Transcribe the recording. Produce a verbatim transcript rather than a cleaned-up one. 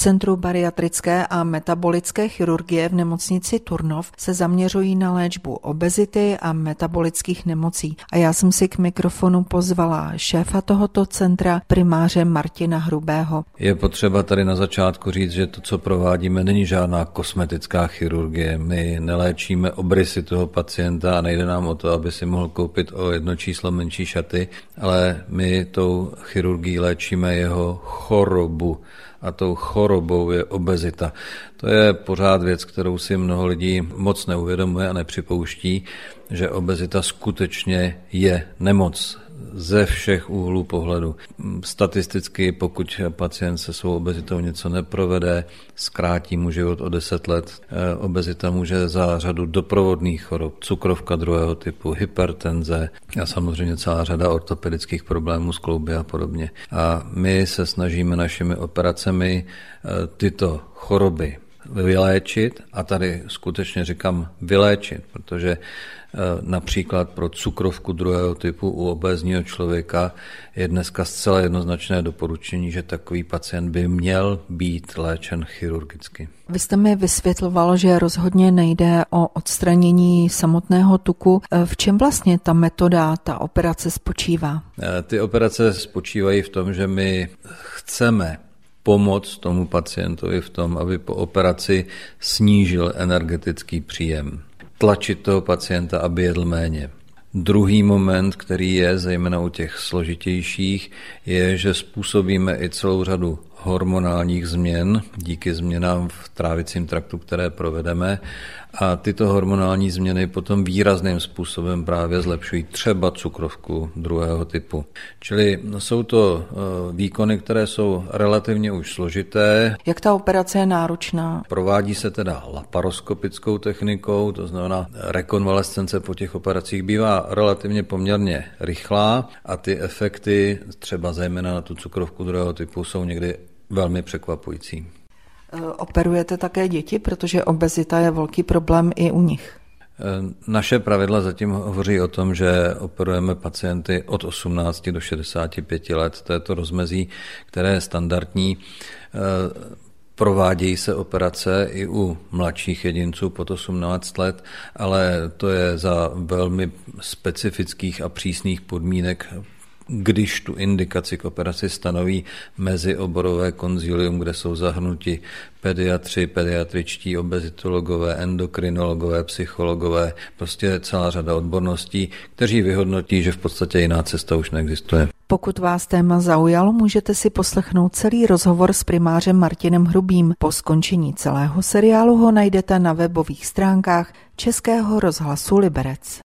Centru bariatrické a metabolické chirurgie v nemocnici Turnov se zaměřují na léčbu obezity a metabolických nemocí. A já jsem si k mikrofonu pozvala šéfa tohoto centra, primáře Martina Hrubého. Je potřeba tady na začátku říct, že to, co provádíme, není žádná kosmetická chirurgie. My neléčíme obrysy toho pacienta a nejde nám o to, aby si mohl koupit o jedno číslo menší šaty, ale my tou chirurgií léčíme jeho chorobu. A tou chorobou je obezita. To je pořád věc, kterou si mnoho lidí moc neuvědomuje a nepřipouští, že obezita skutečně je nemoc ze všech úhlů pohledu. Statisticky, pokud pacient se svou obezitou něco neprovede, zkrátí mu život o deset let. Obezita může za řadu doprovodných chorob, cukrovka druhého typu, hypertenze a samozřejmě celá řada ortopedických problémů z klouby a podobně. A my se snažíme našimi operacemi tyto choroby vyléčit, a tady skutečně říkám vyléčit, protože například pro cukrovku druhého typu u obézního člověka je dneska zcela jednoznačné doporučení, že takový pacient by měl být léčen chirurgicky. Vy jste mi vysvětloval, že rozhodně nejde o odstranění samotného tuku. V čem vlastně ta metoda, ta operace spočívá? Ty operace spočívají v tom, že my chceme pomoct tomu pacientovi v tom, aby po operaci snížil energetický příjem. Tlačit toho pacienta, aby jedl méně. Druhý moment, který je zejména u těch složitějších, je, že způsobíme i celou řadu hormonálních změn díky změnám v trávicím traktu, které provedeme, a tyto hormonální změny potom výrazným způsobem právě zlepšují třeba cukrovku druhého typu. Čili jsou to výkony, které jsou relativně už složité. Jak ta operace je náročná? Provádí se teda laparoskopickou technikou, to znamená rekonvalescence po těch operacích bývá relativně poměrně rychlá a ty efekty, třeba zejména na tu cukrovku druhého typu, jsou někdy velmi překvapující. Operujete také děti, protože obezita je velký problém i u nich? Naše pravidla zatím hovoří o tom, že operujeme pacienty od osmnácti do šedesáti pěti let. To je to rozmezí, které je standardní. Provádějí se operace i u mladších jedinců pod osmnáct let, ale to je za velmi specifických a přísných podmínek, když tu indikaci k operaci stanoví mezioborové konzilium, kde jsou zahrnuti pediatři, pediatričtí, obezitologové, endokrinologové, psychologové, prostě celá řada odborností, kteří vyhodnotí, že v podstatě jiná cesta už neexistuje. Pokud vás téma zaujalo, můžete si poslechnout celý rozhovor s primářem Martinem Hrubým. Po skončení celého seriálu ho najdete na webových stránkách Českého rozhlasu Liberec.